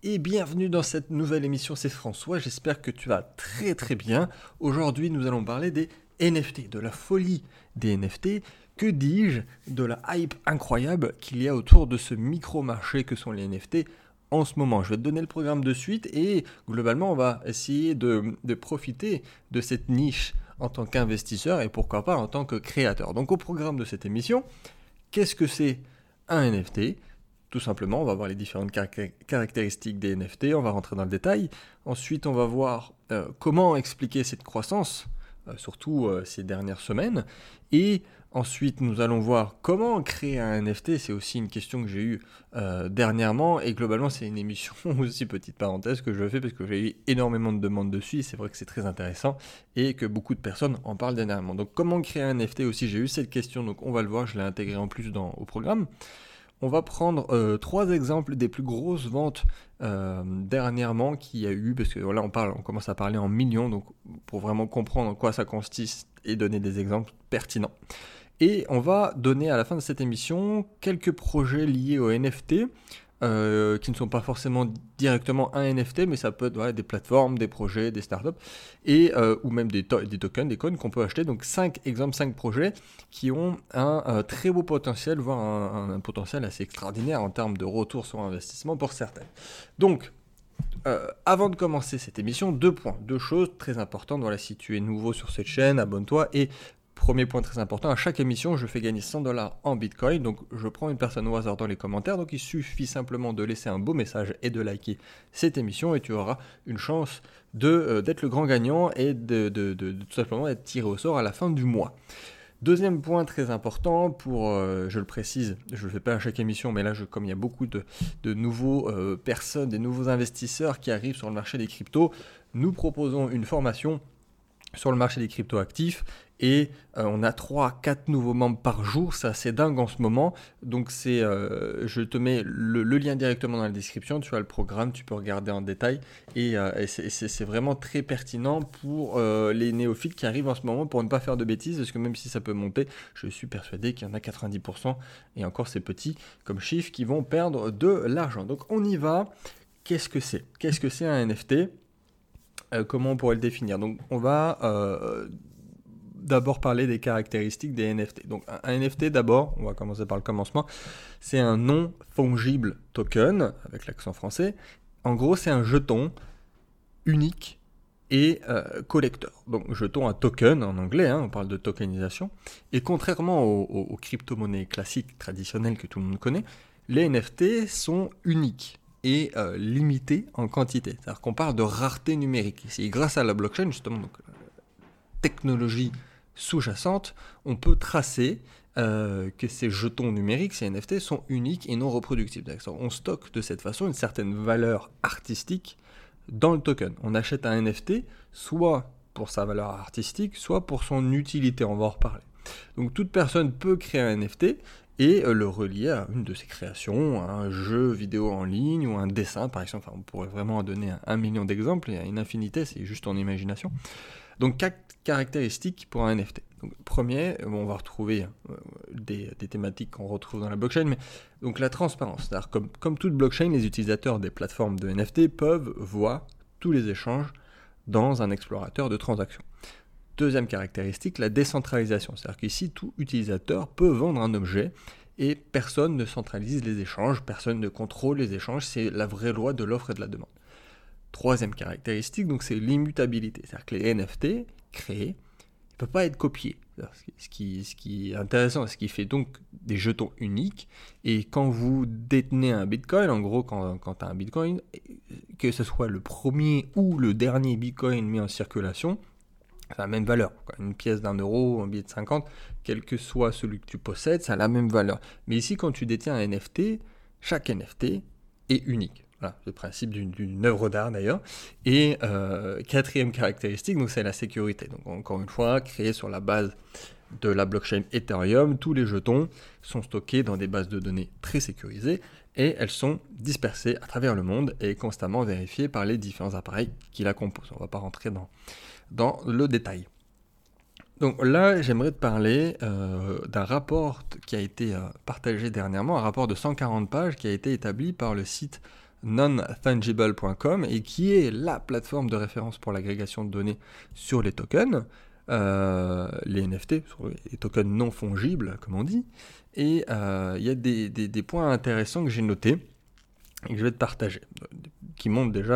et bienvenue dans cette nouvelle émission, c'est François, j'espère que tu vas très très bien. Aujourd'hui nous allons parler des NFT, de la folie des NFT, que dis-je, de la hype incroyable qu'il y a autour de ce micro-marché que sont les NFT en ce moment. Je vais te donner le programme de suite et globalement on va essayer de profiter de cette niche en tant qu'investisseur et pourquoi pas en tant que créateur. Donc au programme de cette émission, qu'est-ce que c'est un NFT ? Tout simplement, on va voir les différentes caractéristiques des NFT, on va rentrer dans le détail. Ensuite, on va voir comment expliquer cette croissance, surtout ces dernières semaines. Et ensuite, nous allons voir comment créer un NFT. C'est aussi une question que j'ai eue dernièrement. Et globalement, c'est une émission aussi, petite parenthèse, que je fais parce que j'ai eu énormément de demandes dessus. Et c'est vrai que c'est très intéressant et que beaucoup de personnes en parlent dernièrement. Donc, comment créer un NFT aussi, j'ai eu cette question. Donc, on va le voir, je l'ai intégré en plus au programme. On va prendre 3 exemples des plus grosses ventes dernièrement qu'il y a eu, parce que voilà, on commence à parler en millions, donc pour vraiment comprendre en quoi ça consiste et donner des exemples pertinents. Et on va donner à la fin de cette émission quelques projets liés au NFT, qui ne sont pas forcément directement un NFT, mais ça peut être des plateformes, des projets, des startups, et, ou même des tokens, des coins qu'on peut acheter. Donc 5 projets qui ont un très beau potentiel, voire un potentiel assez extraordinaire en termes de retour sur investissement pour certaines. Donc, avant de commencer cette émission, 2 choses très importantes. Voilà, si tu es nouveau sur cette chaîne, abonne-toi. Et premier point très important, à chaque émission, je fais gagner $100 en Bitcoin. Donc, je prends une personne au hasard dans les commentaires. Donc, il suffit simplement de laisser un beau message et de liker cette émission. Et tu auras une chance d'être le grand gagnant et de tout simplement être tiré au sort à la fin du mois. Deuxième point très important, je le précise, je ne le fais pas à chaque émission, mais là, comme il y a beaucoup de nouveaux personnes, des nouveaux investisseurs qui arrivent sur le marché des cryptos, nous proposons une formation sur le marché des crypto-actifs et on a 3-4 nouveaux membres par jour, c'est assez dingue en ce moment. Donc je te mets le lien directement dans la description, tu as le programme, tu peux regarder en détail et c'est vraiment très pertinent pour les néophytes qui arrivent en ce moment pour ne pas faire de bêtises, parce que même si ça peut monter, je suis persuadé qu'il y en a 90% et encore c'est petit comme chiffre qui vont perdre de l'argent. Donc on y va. Qu'est-ce que c'est un NFT ? Comment on pourrait le définir ? Donc on va d'abord parler des caractéristiques des NFT. Donc un NFT d'abord, on va commencer par le commencement, c'est un non fungible token, avec l'accent français. En gros, c'est un jeton unique et collector. Donc jeton à token en anglais, on parle de tokenisation. Et contrairement aux crypto-monnaies classiques, traditionnelles que tout le monde connaît, les NFT sont uniques et limité en quantité. C'est-à-dire qu'on parle de rareté numérique. Et grâce à la blockchain, justement, donc technologie sous-jacente, on peut tracer que ces jetons numériques, ces NFT, sont uniques et non reproductibles. On stocke de cette façon une certaine valeur artistique dans le token. On achète un NFT soit pour sa valeur artistique, soit pour son utilité. On va en reparler. Donc toute personne peut créer un NFT et le relier à une de ses créations, à un jeu vidéo en ligne ou un dessin par exemple. Enfin, on pourrait vraiment en donner 1 million d'exemples, il y a une infinité, c'est juste en imagination. Donc 4 caractéristiques pour un NFT. Donc, premier, on va retrouver des thématiques qu'on retrouve dans la blockchain, mais donc la transparence. C'est-à-dire comme toute blockchain, les utilisateurs des plateformes de NFT peuvent voir tous les échanges dans un explorateur de transactions. Deuxième caractéristique, la décentralisation. C'est-à-dire qu'ici, tout utilisateur peut vendre un objet et personne ne centralise les échanges, personne ne contrôle les échanges. C'est la vraie loi de l'offre et de la demande. Troisième caractéristique, donc c'est l'immutabilité. C'est-à-dire que les NFT créés ne peuvent pas être copiés. Ce qui est intéressant, ce qui fait donc des jetons uniques. Et quand vous détenez un Bitcoin, en gros, quand tu as un Bitcoin, que ce soit le premier ou le dernier Bitcoin mis en circulation, ça a la même valeur. Une pièce d'€1, un billet de 50, quel que soit celui que tu possèdes, ça a la même valeur. Mais ici, quand tu détiens un NFT, chaque NFT est unique. Voilà, le principe d'une œuvre d'art d'ailleurs. Et quatrième caractéristique, donc c'est la sécurité. Donc encore une fois, créé sur la base de la blockchain Ethereum, tous les jetons sont stockés dans des bases de données très sécurisées et elles sont dispersées à travers le monde et constamment vérifiées par les différents appareils qui la composent. On ne va pas rentrer dans le détail. Donc là, j'aimerais te parler d'un rapport qui a été partagé dernièrement, un rapport de 140 pages qui a été établi par le site nonfungible.com et qui est la plateforme de référence pour l'agrégation de données sur les tokens, les NFT, les tokens non fongibles, comme on dit. Et il y a des points intéressants que j'ai notés et que je vais te partager, qui montrent déjà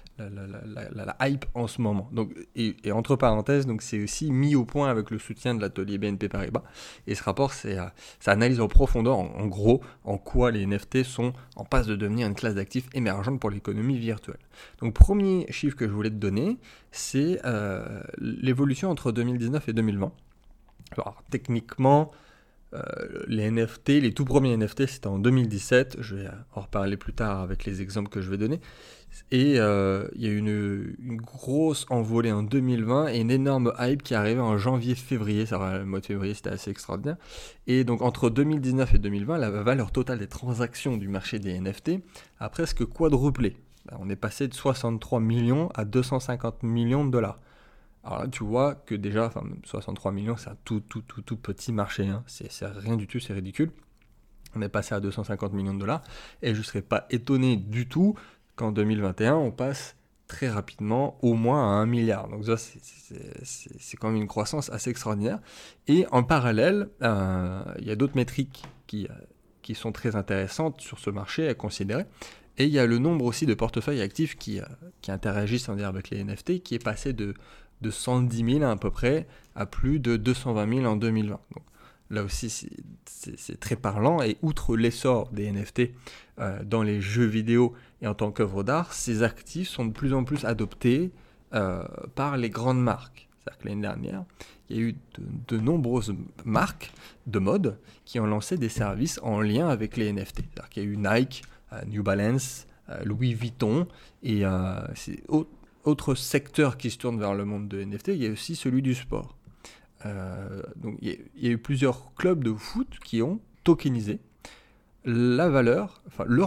la hype en ce moment. Donc, et entre parenthèses, donc c'est aussi mis au point avec le soutien de l'atelier BNP Paribas. Et ce rapport, ça analyse en profondeur, en gros, en quoi les NFT sont en passe de devenir une classe d'actifs émergente pour l'économie virtuelle. Donc, premier chiffre que je voulais te donner, c'est l'évolution entre 2019 et 2020. Alors, techniquement, les NFT, les tout premiers NFT, c'était en 2017. Je vais en reparler plus tard avec les exemples que je vais donner. Et il y a eu une grosse envolée en 2020 et une énorme hype qui est arrivée en janvier-février. Le mois de février, c'était assez extraordinaire. Et donc, entre 2019 et 2020, la valeur totale des transactions du marché des NFT a presque quadruplé. On est passé de 63 millions à 250 millions de dollars. Alors là, tu vois que déjà, 63 millions, c'est un tout petit marché. Hein. C'est rien du tout, c'est ridicule. On est passé à 250 millions de dollars. Et je ne serais pas étonné du tout qu'en 2021, on passe très rapidement au moins à 1 milliard. Donc ça, c'est quand même une croissance assez extraordinaire. Et en parallèle, il y a d'autres métriques qui sont très intéressantes sur ce marché à considérer. Et il y a le nombre aussi de portefeuilles actifs qui interagissent avec les NFT, qui est passé de 110 000 à peu près à plus de 220 000 en 2020. Donc, là aussi, c'est très parlant. Et outre l'essor des NFT dans les jeux vidéo et en tant qu'œuvre d'art, ces actifs sont de plus en plus adoptés par les grandes marques. C'est-à-dire que l'année dernière, il y a eu de nombreuses marques de mode qui ont lancé des services en lien avec les NFT. C'est-à-dire qu'il y a eu Nike, New Balance, Louis Vuitton et c'est autre secteur qui se tourne vers le monde de NFT, il y a aussi celui du sport. Donc il y a eu plusieurs clubs de foot qui ont tokenisé la valeur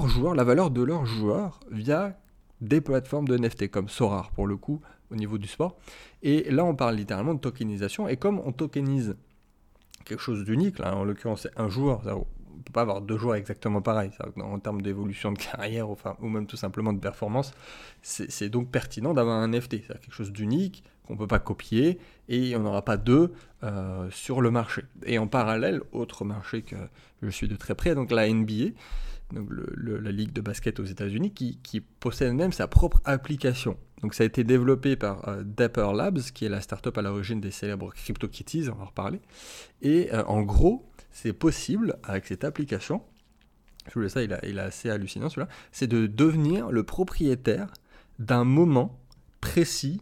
de leurs joueurs via des plateformes de NFT comme Sorare pour le coup au niveau du sport. Et là on parle littéralement de tokenisation, et comme on tokenise quelque chose d'unique, là en l'occurrence c'est un joueur, on ne peut pas avoir deux joueurs exactement pareils, en termes d'évolution de carrière ou même tout simplement de performance, c'est donc pertinent d'avoir un NFT, c'est quelque chose d'unique qu'on ne peut pas copier et on n'aura pas deux sur le marché. Et en parallèle, autre marché que je suis de très près, donc la NBA, donc la ligue de basket aux États-Unis, qui possède même sa propre application. Donc ça a été développé par Dapper Labs, qui est la startup à l'origine des célèbres CryptoKitties, on va en reparler. Et en gros, c'est possible avec cette application, je voulais ça, il est assez hallucinant celui-là, c'est de devenir le propriétaire d'un moment précis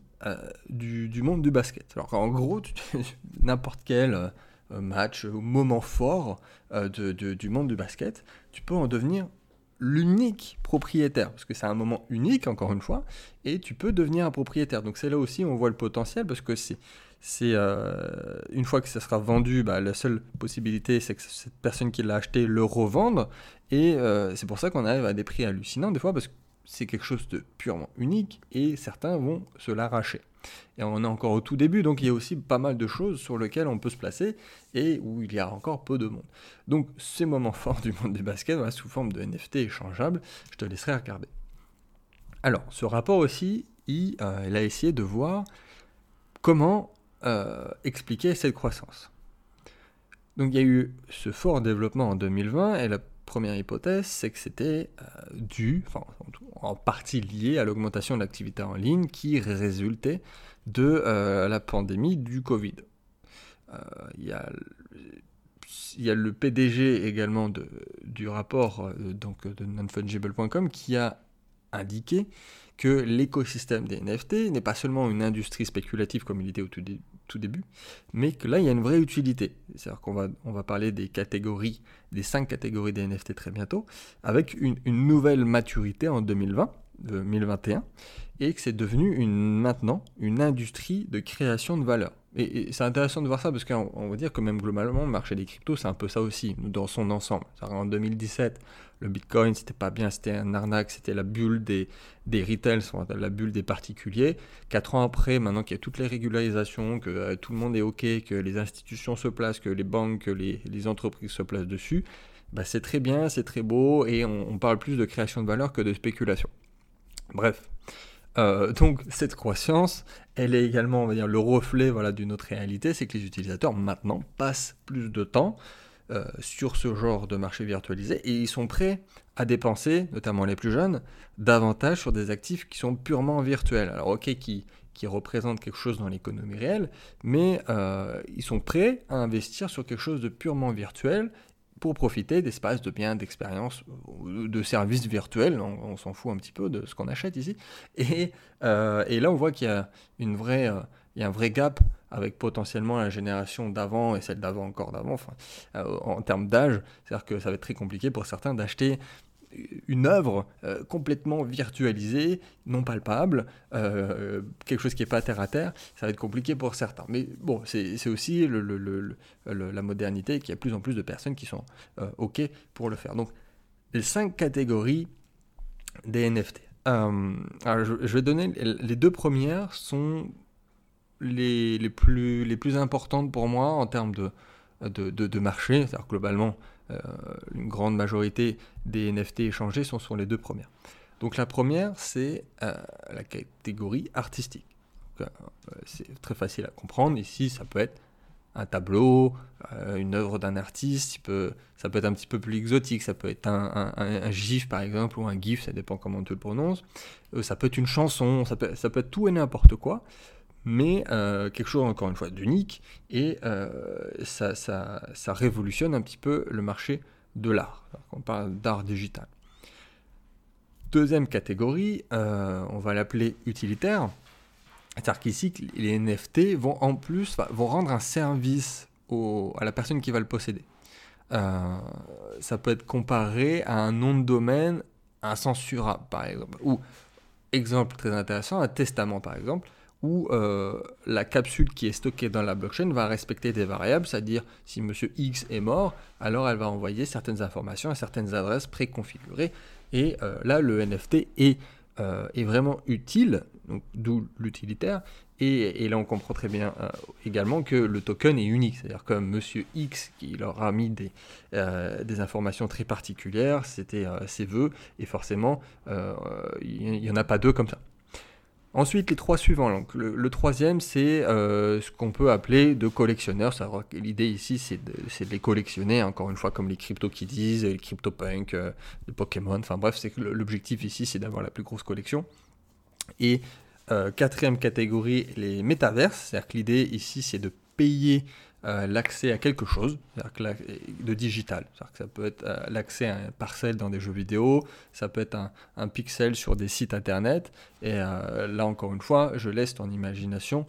du monde du basket. Alors en gros, n'importe quel match ou moment fort du monde du basket, tu peux en devenir l'unique propriétaire, parce que c'est un moment unique, encore une fois, et tu peux devenir un propriétaire. Donc c'est là aussi où on voit le potentiel, parce que c'est une fois que ça sera vendu, la seule possibilité, c'est que cette personne qui l'a acheté le revende, et c'est pour ça qu'on arrive à des prix hallucinants des fois, parce que c'est quelque chose de purement unique, et certains vont se l'arracher. Et on est encore au tout début, donc il y a aussi pas mal de choses sur lesquelles on peut se placer, et où il y a encore peu de monde. Donc ces moments forts du monde du basket, sous forme de NFT échangeables, je te laisserai regarder. Alors, ce rapport aussi, il a essayé de voir comment expliquer cette croissance. Donc il y a eu ce fort développement en 2020, et la première hypothèse, c'est que c'était en partie lié à l'augmentation de l'activité en ligne qui résultait de la pandémie du Covid. Il y a le PDG également du rapport de nonfungible.com qui a indiqué que l'écosystème des NFT n'est pas seulement une industrie spéculative comme il était au tout début, mais que là, il y a une vraie utilité. C'est-à-dire qu'on va parler des 5 catégories des NFT très bientôt, avec une nouvelle maturité en 2021, et que c'est devenu maintenant une industrie de création de valeur. Et c'est intéressant de voir ça, parce qu'on va dire que même globalement, le marché des cryptos, c'est un peu ça aussi, dans son ensemble. En 2017, le Bitcoin, c'était pas bien, c'était un arnaque, c'était la bulle des retails, la bulle des particuliers. 4 ans après, maintenant qu'il y a toutes les régularisations, que tout le monde est OK, que les institutions se placent, que les banques, que les entreprises se placent dessus, bah, c'est très bien, c'est très beau, et on parle plus de création de valeur que de spéculation. Bref. Donc cette croissance, elle est également, on va dire, le reflet voilà, d'une autre réalité, c'est que les utilisateurs maintenant passent plus de temps sur ce genre de marché virtualisé et ils sont prêts à dépenser, notamment les plus jeunes, davantage sur des actifs qui sont purement virtuels. Alors ok, qui représentent quelque chose dans l'économie réelle, mais ils sont prêts à investir sur quelque chose de purement virtuel pour profiter d'espaces, de biens, d'expériences, de services virtuels. On s'en fout un petit peu de ce qu'on achète ici. Et là, on voit qu'il y a il y a un vrai gap avec potentiellement la génération d'avant et celle d'avant encore d'avant, enfin, en termes d'âge. C'est-à-dire que ça va être très compliqué pour certains d'acheter une œuvre complètement virtualisée, non palpable, quelque chose qui n'est pas terre à terre, ça va être compliqué pour certains. Mais bon, c'est aussi la modernité, qu'il y a de plus en plus de personnes qui sont OK pour le faire. Donc, les 5 catégories des NFT. Alors je vais donner les 2 premières sont les plus importantes pour moi en termes de marché, c'est-à-dire globalement une grande majorité des NFT échangés sont sur les 2 premières. Donc la première, c'est la catégorie artistique. Donc, c'est très facile à comprendre. Ici, ça peut être un tableau, une œuvre d'un artiste, ça peut être un petit peu plus exotique, ça peut être un GIF par exemple, ou un GIF, ça dépend comment tu le prononces. Ça peut être une chanson, ça peut être tout et n'importe quoi, mais quelque chose encore une fois d'unique, et ça révolutionne un petit peu le marché de l'art. On parle d'art digital. Deuxième catégorie, on va l'appeler utilitaire. C'est-à-dire qu'ici, les NFT vont rendre un service à la personne qui va le posséder. Ça peut être comparé à un nom de domaine incensurable, par exemple. Ou, exemple très intéressant, un testament, par exemple, où la capsule qui est stockée dans la blockchain va respecter des variables, c'est-à-dire si monsieur X est mort, alors elle va envoyer certaines informations à certaines adresses préconfigurées. Et là, le NFT est vraiment utile, donc d'où l'utilitaire, et là on comprend très bien également que le token est unique, c'est-à-dire que monsieur X qui leur a mis des informations très particulières, c'était ses vœux, et forcément il n'y en a pas 2 comme ça. Ensuite, les 3 suivants. Donc, le troisième, c'est ce qu'on peut appeler de collectionneurs. L'idée ici, c'est de les collectionner, encore une fois, comme les CryptoKitties, les CryptoPunk, les Pokémon. Enfin bref, c'est que l'objectif ici, c'est d'avoir la plus grosse collection. Et quatrième catégorie, les métaverses. C'est-à-dire que l'idée ici, c'est de payer l'accès à quelque chose, c'est-à-dire de digital. C'est-à-dire que ça peut être l'accès à une parcelle dans des jeux vidéo, ça peut être un pixel sur des sites internet, et là encore une fois, je laisse ton imagination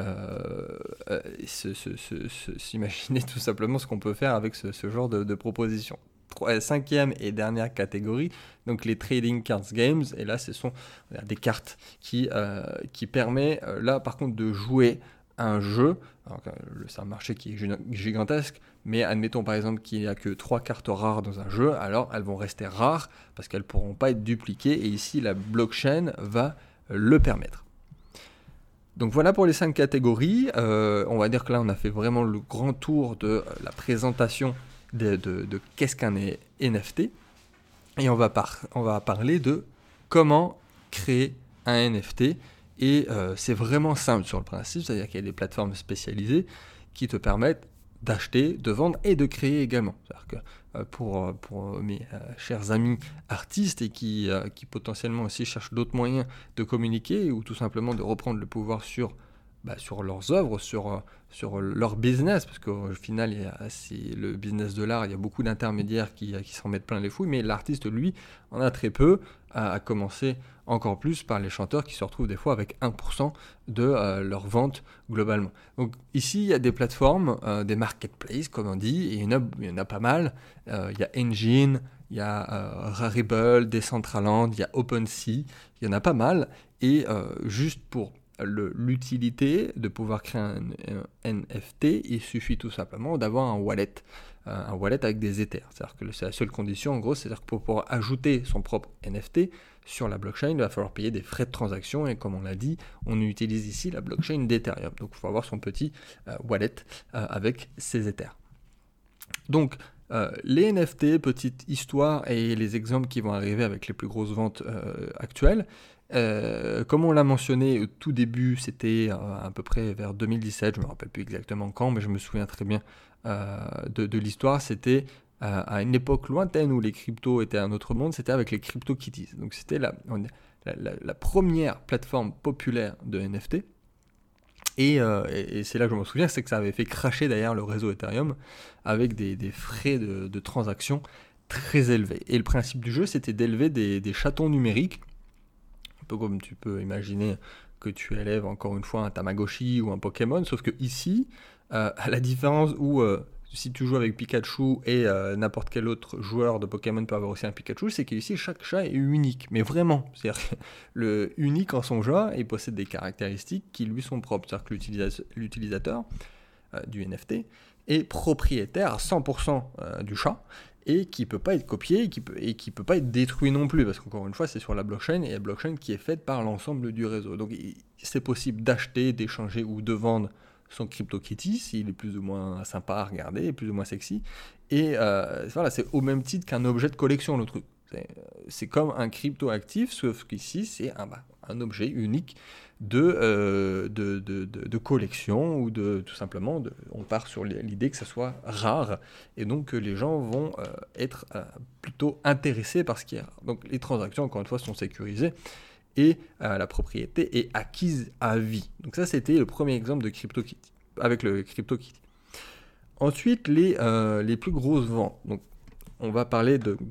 s'imaginer tout simplement ce qu'on peut faire avec ce genre de proposition. Cinquième et dernière catégorie, donc les trading cards games, et là ce sont des cartes qui permet là par contre de jouer un jeu. Alors, c'est un marché qui est gigantesque, mais admettons par exemple qu'il n'y a que 3 cartes rares dans un jeu, alors elles vont rester rares parce qu'elles ne pourront pas être dupliquées, et ici la blockchain va le permettre. Donc voilà pour les 5 catégories. On va dire que là on a fait vraiment le grand tour de la présentation de qu'est-ce qu'un NFT, et on va parler de comment créer un NFT. Et c'est vraiment simple sur le principe, c'est-à-dire qu'il y a des plateformes spécialisées qui te permettent d'acheter, de vendre et de créer également. C'est-à-dire que pour mes chers amis artistes et qui potentiellement aussi cherchent d'autres moyens de communiquer, ou tout simplement de reprendre le pouvoir sur leurs œuvres, sur leur business, parce qu'au final, c'est le business de l'art, il y a beaucoup d'intermédiaires qui s'en mettent plein les fouilles, mais l'artiste, lui, en a très peu, à commencer encore plus par les chanteurs qui se retrouvent des fois avec 1% de leur vente globalement. Donc ici, il y a des plateformes, des marketplaces, comme on dit, et il y en a pas mal. Il y a Engine, il y a Rarible, Decentraland, il y a OpenSea, il y en a pas mal, et juste pour l'utilité de pouvoir créer un NFT, il suffit tout simplement d'avoir un wallet avec des Ethers. C'est-à-dire que c'est la seule condition, en gros, c'est-à-dire que pour pouvoir ajouter son propre NFT sur la blockchain, il va falloir payer des frais de transaction, et comme on l'a dit, on utilise ici la blockchain d'Ethereum. Donc il faut avoir son petit wallet avec ses Ethers. Donc Les NFT, petite histoire et les exemples qui vont arriver avec les plus grosses ventes actuelles. Comme on l'a mentionné au tout début, c'était à peu près vers 2017, je ne me rappelle plus exactement quand, mais je me souviens très bien de l'histoire. C'était à une époque lointaine où les cryptos étaient un autre monde, c'était avec les CryptoKitties. Donc c'était la première plateforme populaire de NFT. Et c'est là que je me souviens, c'est que ça avait fait cracher d'ailleurs le réseau Ethereum avec des frais de transaction très élevés. Et le principe du jeu, c'était d'élever des chatons numériques, un peu comme tu peux imaginer que tu élèves encore une fois un Tamagotchi ou un Pokémon, sauf que ici, à la différence où si tu joues avec Pikachu et n'importe quel autre joueur de Pokémon peut avoir aussi un Pikachu, c'est qu'ici chaque chat est unique, mais vraiment, c'est-à-dire unique en son genre et possède des caractéristiques qui lui sont propres, c'est-à-dire que l'utilisateur du NFT est propriétaire à 100% du chat et qui ne peut pas être copié et qui peut pas être détruit non plus, parce qu'encore une fois c'est sur la blockchain et la blockchain qui est faite par l'ensemble du réseau. Donc c'est possible d'acheter, d'échanger ou de vendre son CryptoKitty, s'il est plus ou moins sympa à regarder, plus ou moins sexy. Et voilà, c'est au même titre qu'un objet de collection, le truc. C'est comme un crypto-actif, sauf qu'ici, c'est un objet unique de collection ou tout simplement, on part sur l'idée que ça soit rare et donc que les gens vont être plutôt intéressés par ce qui est rare. Donc les transactions, encore une fois, sont sécurisées et la propriété est acquise à vie. Donc ça, c'était le premier exemple de CryptoKitty, avec le CryptoKitty. Ensuite, les plus grosses ventes. Donc, on va parler de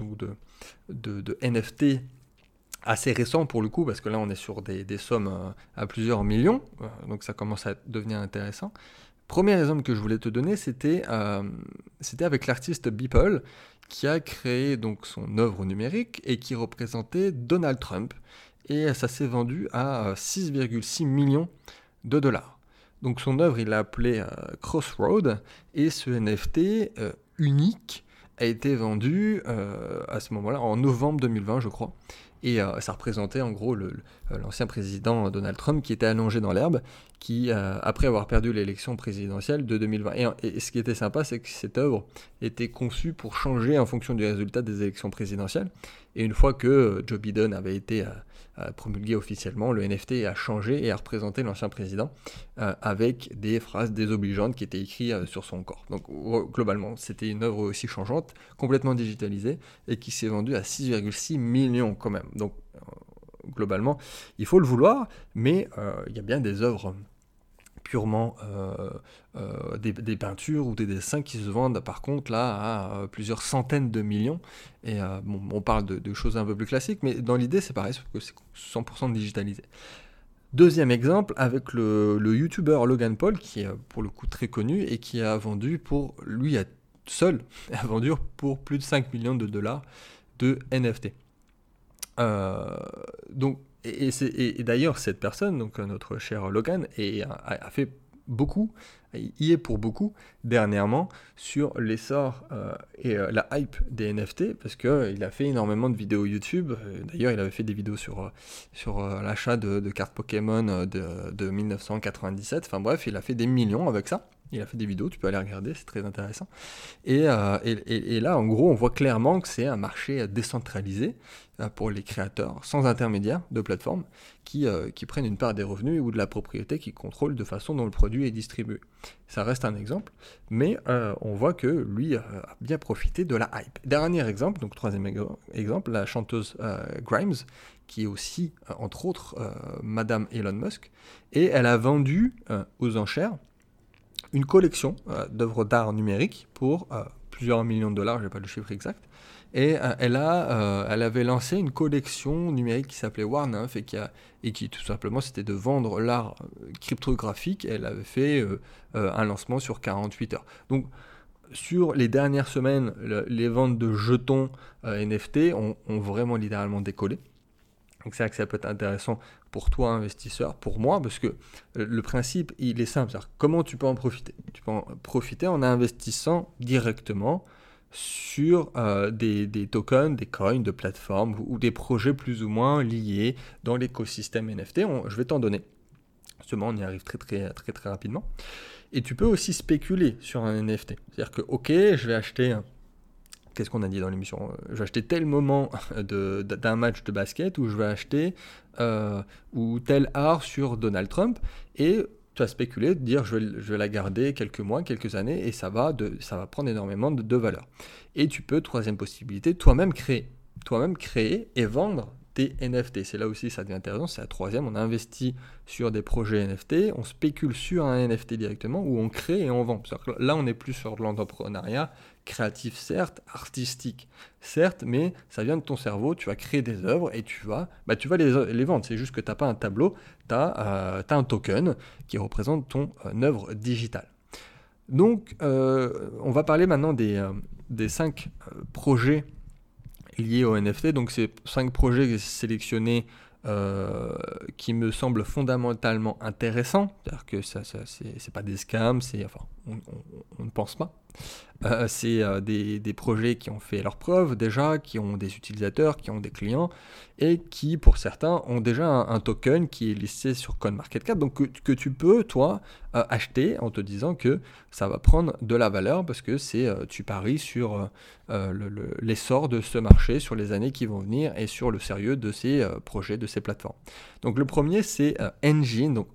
NFT assez récents pour le coup, parce que là, on est sur des sommes à plusieurs millions, donc ça commence à devenir intéressant. Premier exemple que je voulais te donner, c'était avec l'artiste Beeple, qui a créé donc son œuvre numérique et qui représentait Donald Trump. Et ça s'est vendu à 6,6 millions de dollars. Donc son œuvre, il l'a appelé Crossroad, et ce NFT unique a été vendu à ce moment-là, en novembre 2020, je crois. Et ça représentait en gros l'ancien président Donald Trump qui était allongé dans l'herbe, qui, après avoir perdu l'élection présidentielle de 2020. Et ce qui était sympa, c'est que cette œuvre était conçue pour changer en fonction du résultat des élections présidentielles. Et une fois que Joe Biden avait été promulgué officiellement, le NFT a changé et a représenté l'ancien président avec des phrases désobligeantes qui étaient écrites sur son corps. Donc globalement, c'était une œuvre aussi changeante, complètement digitalisée, et qui s'est vendue à 6,6 millions quand même. Donc globalement, il faut le vouloir, mais il y a bien des œuvres purement des peintures ou des dessins qui se vendent par contre là à plusieurs centaines de millions. Et on parle de choses un peu plus classiques, mais dans l'idée c'est pareil, sauf que c'est 100% digitalisé. Deuxième exemple avec le youtubeur Logan Paul, qui est pour le coup très connu et qui a vendu seul a vendu pour plus de 5 millions de dollars de NFT. Donc et d'ailleurs, cette personne, donc notre cher Logan, a fait beaucoup, y est pour beaucoup, dernièrement, sur l'essor et la hype des NFT, parce qu'il a fait énormément de vidéos YouTube. D'ailleurs, il avait fait des vidéos sur l'achat de cartes Pokémon de 1997. Enfin bref, il a fait des millions avec ça. Il a fait des vidéos, tu peux aller regarder, c'est très intéressant. Et là, en gros, on voit clairement que c'est un marché décentralisé pour les créateurs, sans intermédiaire de plateformes, qui prennent une part des revenus ou de la propriété qu'ils contrôlent de façon dont le produit est distribué. Ça reste un exemple, mais on voit que lui a bien profité de la hype. Dernier exemple, donc troisième exemple, la chanteuse Grimes, qui est aussi, entre autres, Madame Elon Musk, et elle a vendu aux enchères une collection d'œuvres d'art numérique pour plusieurs millions de dollars, je n'ai pas le chiffre exact, et elle avait lancé une collection numérique qui s'appelait War 9 et qui tout simplement c'était de vendre l'art cryptographique. Elle avait fait un lancement sur 48 heures. Donc sur les dernières semaines, les ventes de jetons NFT ont vraiment littéralement décollé. Donc c'est vrai que ça peut être intéressant pour toi, investisseur, pour moi, parce que le principe, il est simple. C'est-à-dire, comment tu peux en profiter ? Tu peux en profiter en investissant directement sur des tokens, des coins, de plateformes ou des projets plus ou moins liés dans l'écosystème NFT. Je vais t'en donner. Justement, on y arrive très, très, très, très rapidement. Et tu peux aussi spéculer sur un NFT. C'est-à-dire que, ok, je vais acheter qu'est-ce qu'on a dit dans l'émission ? Je vais acheter tel moment d'un match de basket, ou je vais acheter ou tel art sur Donald Trump, et tu vas spéculer, te dire je vais la garder quelques mois, quelques années, et ça va prendre énormément de valeur. Et tu peux, troisième possibilité, toi-même créer et vendre tes NFT. C'est là aussi ça devient intéressant, c'est la troisième. On a investi sur des projets NFT, on spécule sur un NFT directement, où on crée et on vend. Là, on n'est plus sur de l'entrepreneuriat créatif, certes, artistique, certes, mais ça vient de ton cerveau. Tu vas créer des œuvres et tu vas les vendre. C'est juste que tu n'as pas un tableau, tu as un token qui représente ton œuvre digitale. Donc, on va parler maintenant des 5 projets liés au NFT. Donc, c'est 5 projets sélectionnés qui me semblent fondamentalement intéressants. C'est-à-dire que c'est pas des scams, on ne pense pas. C'est des projets qui ont fait leurs preuves déjà, qui ont des utilisateurs, qui ont des clients, et qui, pour certains, ont déjà un token qui est listé sur CoinMarketCap, donc que tu peux, toi, acheter en te disant que ça va prendre de la valeur, parce que tu paries sur l'essor de ce marché, sur les années qui vont venir, et sur le sérieux de ces projets, de ces plateformes. Donc le premier, c'est Enjin, donc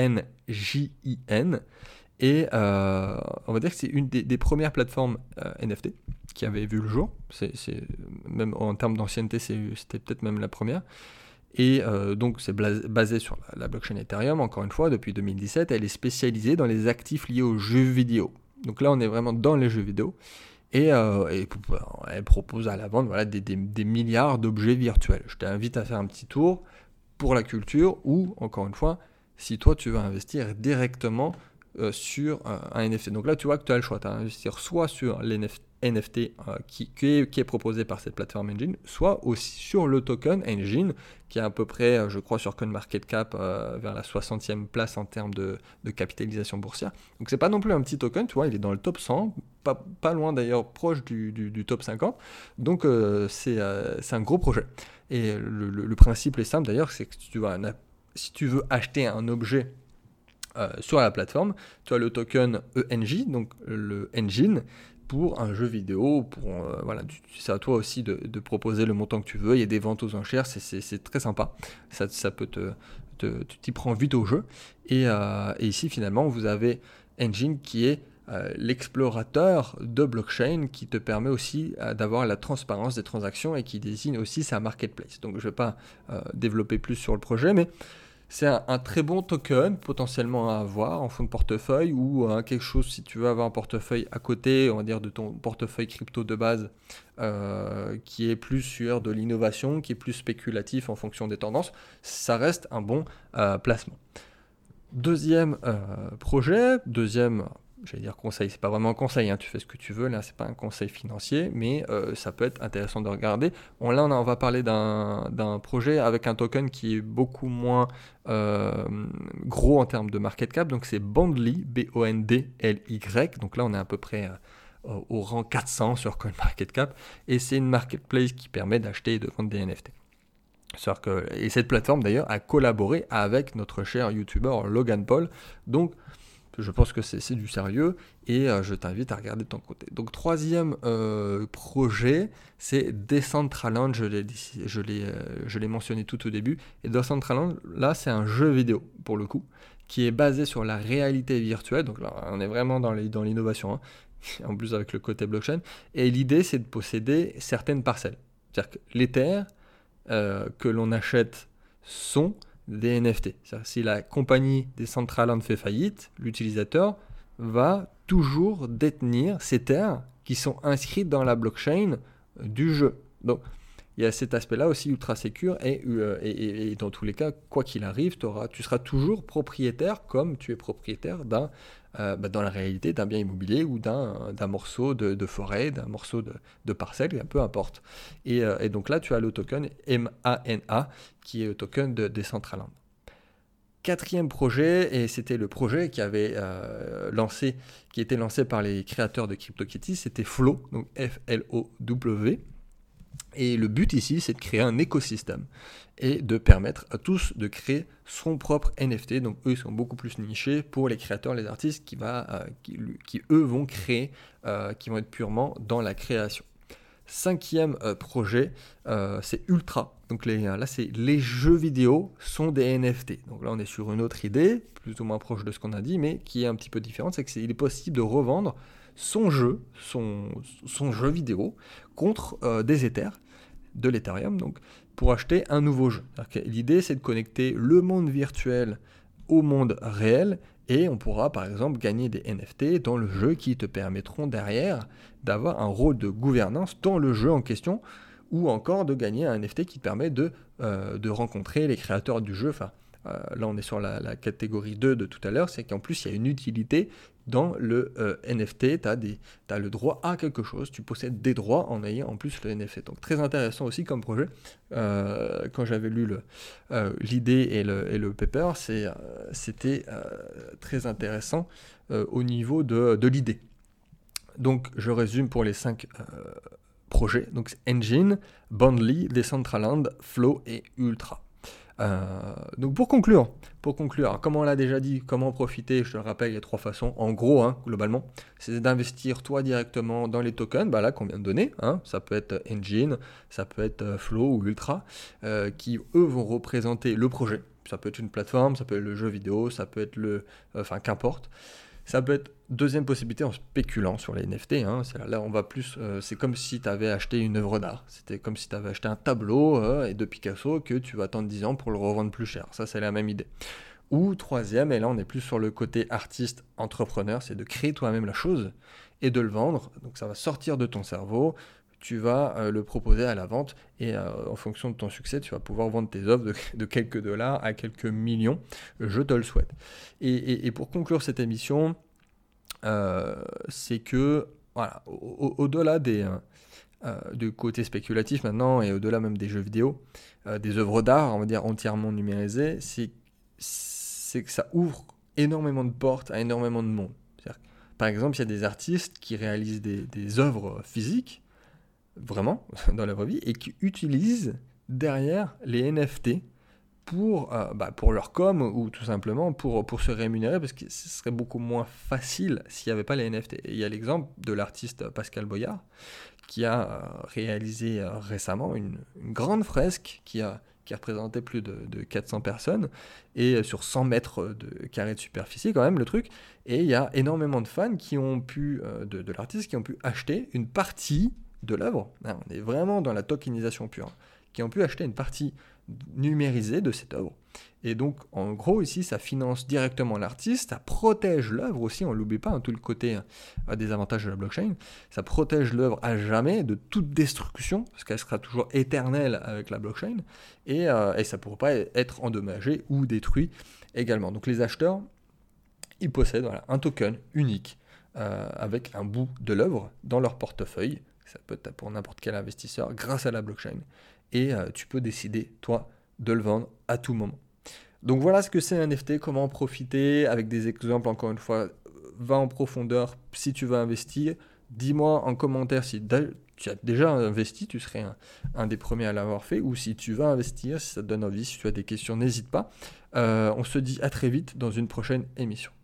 E-N-J-I-N, et on va dire que c'est une des premières plateformes NFT qui avait vu le jour. C'est même en termes d'ancienneté, c'était peut-être même la première. Et donc c'est basé sur la blockchain Ethereum, encore une fois, depuis 2017. Elle est spécialisée dans les actifs liés aux jeux vidéo. Donc là, on est vraiment dans les jeux vidéo. Et elle propose à la vente des milliards d'objets virtuels. Je t'invite à faire un petit tour pour la culture, ou, encore une fois, si toi, tu veux investir directement sur un NFT. Donc là, tu vois que tu as le choix. Tu as investir soit sur l'NFT qui est proposé par cette plateforme Enjin, soit aussi sur le token Enjin, qui est à peu près, je crois, sur CoinMarketCap, vers la 60e place en termes de capitalisation boursière. Donc c'est pas non plus un petit token, tu vois, il est dans le top 100, pas loin d'ailleurs, proche du top 50. Donc c'est un gros projet. Et le principe est simple d'ailleurs, c'est que si tu veux acheter un objet sur la plateforme, tu as le token ENJ, donc le engine, pour un jeu vidéo, c'est à toi aussi de proposer le montant que tu veux. Il y a des ventes aux enchères, c'est très sympa, ça peut tu t'y prends vite au jeu. Et ici finalement vous avez Enjin qui est l'explorateur de blockchain, qui te permet aussi d'avoir la transparence des transactions et qui désigne aussi sa marketplace. Donc je ne vais pas développer plus sur le projet, mais c'est un très bon token potentiellement à avoir en fonds de portefeuille, ou quelque chose, si tu veux avoir un portefeuille à côté, on va dire, de ton portefeuille crypto de base, qui est plus sur de l'innovation, qui est plus spéculatif en fonction des tendances. Ça reste un bon placement. Deuxième projet, j'allais dire conseil, c'est pas vraiment un conseil, tu fais ce que tu veux, là c'est pas un conseil financier, mais ça peut être intéressant de regarder. On va parler d'un projet avec un token qui est beaucoup moins gros en termes de market cap, donc c'est Bondly, B-O-N-D-L-Y, donc là on est à peu près au rang 400 sur CoinMarketCap, et c'est une marketplace qui permet d'acheter et de vendre des NFT. Et cette plateforme d'ailleurs a collaboré avec notre cher youtubeur Logan Paul, donc je pense que c'est du sérieux, et je t'invite à regarder de ton côté. Donc troisième projet, c'est Decentraland, je l'ai mentionné tout au début, et Decentraland, là c'est un jeu vidéo pour le coup, qui est basé sur la réalité virtuelle, donc là on est vraiment dans l'innovation, en plus avec le côté blockchain, et l'idée c'est de posséder certaines parcelles. C'est-à-dire que les terres que l'on achète sont des NFT. C'est-à-dire, si la compagnie Decentraland fait faillite, l'utilisateur va toujours détenir ces terres qui sont inscrites dans la blockchain du jeu. Donc, il y a cet aspect-là aussi ultra sécure, et dans tous les cas, quoi qu'il arrive, tu seras toujours propriétaire, comme tu es propriétaire dans la réalité d'un bien immobilier, ou d'un morceau de forêt, d'un morceau de parcelle, peu importe. Et donc là, tu as le token MANA, qui est le token de Decentraland. Quatrième projet, et c'était le projet qui était lancé par les créateurs de CryptoKitties, c'était Flow, donc F-L-O-W. Et le but ici, c'est de créer un écosystème et de permettre à tous de créer son propre NFT. Donc eux, ils sont beaucoup plus nichés pour les créateurs, les artistes qui eux vont créer, qui vont être purement dans la création. Cinquième projet, c'est Ultra. Donc là, c'est les jeux vidéo sont des NFT. Donc là, on est sur une autre idée, plus ou moins proche de ce qu'on a dit, mais qui est un petit peu différente, c'est qu'il est possible de revendre son jeu vidéo contre des Ethers, de l'Ethereum, donc pour acheter un nouveau jeu. L'idée, c'est de connecter le monde virtuel au monde réel, et on pourra par exemple gagner des NFT dans le jeu qui te permettront derrière d'avoir un rôle de gouvernance dans le jeu en question, ou encore de gagner un NFT qui te permet de rencontrer les créateurs du jeu. Enfin, là on est sur la catégorie 2 de tout à l'heure, c'est qu'en plus il y a une utilité dans le NFT, tu as le droit à quelque chose, tu possèdes des droits en ayant en plus le NFT. Donc très intéressant aussi comme projet. Quand j'avais lu l'idée et le paper, c'était très intéressant au niveau de l'idée. Donc je résume pour les 5 projets. Donc c'est Engine, Bondly, Decentraland, Flow et Ultra. Donc pour conclure, comme on l'a déjà dit, comment profiter, je te le rappelle, il y a 3 façons, en gros, globalement, c'est d'investir toi directement dans les tokens, là qu'on vient de donner, ça peut être Engine, ça peut être Flow ou Ultra, qui eux vont représenter le projet, ça peut être une plateforme, ça peut être le jeu vidéo, ça peut être qu'importe. Ça peut être deuxième possibilité en spéculant sur les NFT. Là, on va plus. C'est comme si tu avais acheté une œuvre d'art. C'était comme si tu avais acheté un tableau de Picasso que tu vas attendre 10 ans pour le revendre plus cher. Ça, c'est la même idée. Ou troisième, et là, on est plus sur le côté artiste, entrepreneur, c'est de créer toi-même la chose et de le vendre. Donc, ça va sortir de ton cerveau. Tu vas le proposer à la vente et en fonction de ton succès, tu vas pouvoir vendre tes œuvres de quelques dollars à quelques millions. Je te le souhaite. Et pour conclure cette émission, c'est que voilà, au-delà du côté spéculatif maintenant et au-delà même des jeux vidéo, des œuvres d'art, on va dire entièrement numérisées, c'est que ça ouvre énormément de portes à énormément de monde. Par exemple, il y a des artistes qui réalisent des œuvres physiques vraiment, dans la vraie vie, et qui utilisent derrière les NFT pour leur com ou tout simplement pour se rémunérer, parce que ce serait beaucoup moins facile s'il n'y avait pas les NFT. Et il y a l'exemple de l'artiste Pascal Boyard qui a réalisé récemment une grande fresque qui a représenté plus de 400 personnes et sur 100 mètres de carré de superficie quand même le truc, et il y a énormément de fans qui ont pu de l'artiste qui ont pu acheter une partie de l'œuvre. On est vraiment dans la tokenisation pure, qui ont pu acheter une partie numérisée de cette œuvre. Et donc, en gros, ici, ça finance directement l'artiste, ça protège l'œuvre aussi, on ne l'oublie pas, tout le côté des avantages de la blockchain, ça protège l'œuvre à jamais de toute destruction, parce qu'elle sera toujours éternelle avec la blockchain, et ça ne pourra pas être endommagé ou détruit également. Donc les acheteurs, ils possèdent un token unique, avec un bout de l'œuvre dans leur portefeuille. Ça peut être pour n'importe quel investisseur grâce à la blockchain. Et tu peux décider, toi, de le vendre à tout moment. Donc voilà ce que c'est un NFT, comment en profiter, avec des exemples, encore une fois, va en profondeur si tu veux investir. Dis-moi en commentaire si tu as déjà investi, tu serais un des premiers à l'avoir fait, ou si tu vas investir, si ça te donne envie, si tu as des questions, n'hésite pas. On se dit à très vite dans une prochaine émission.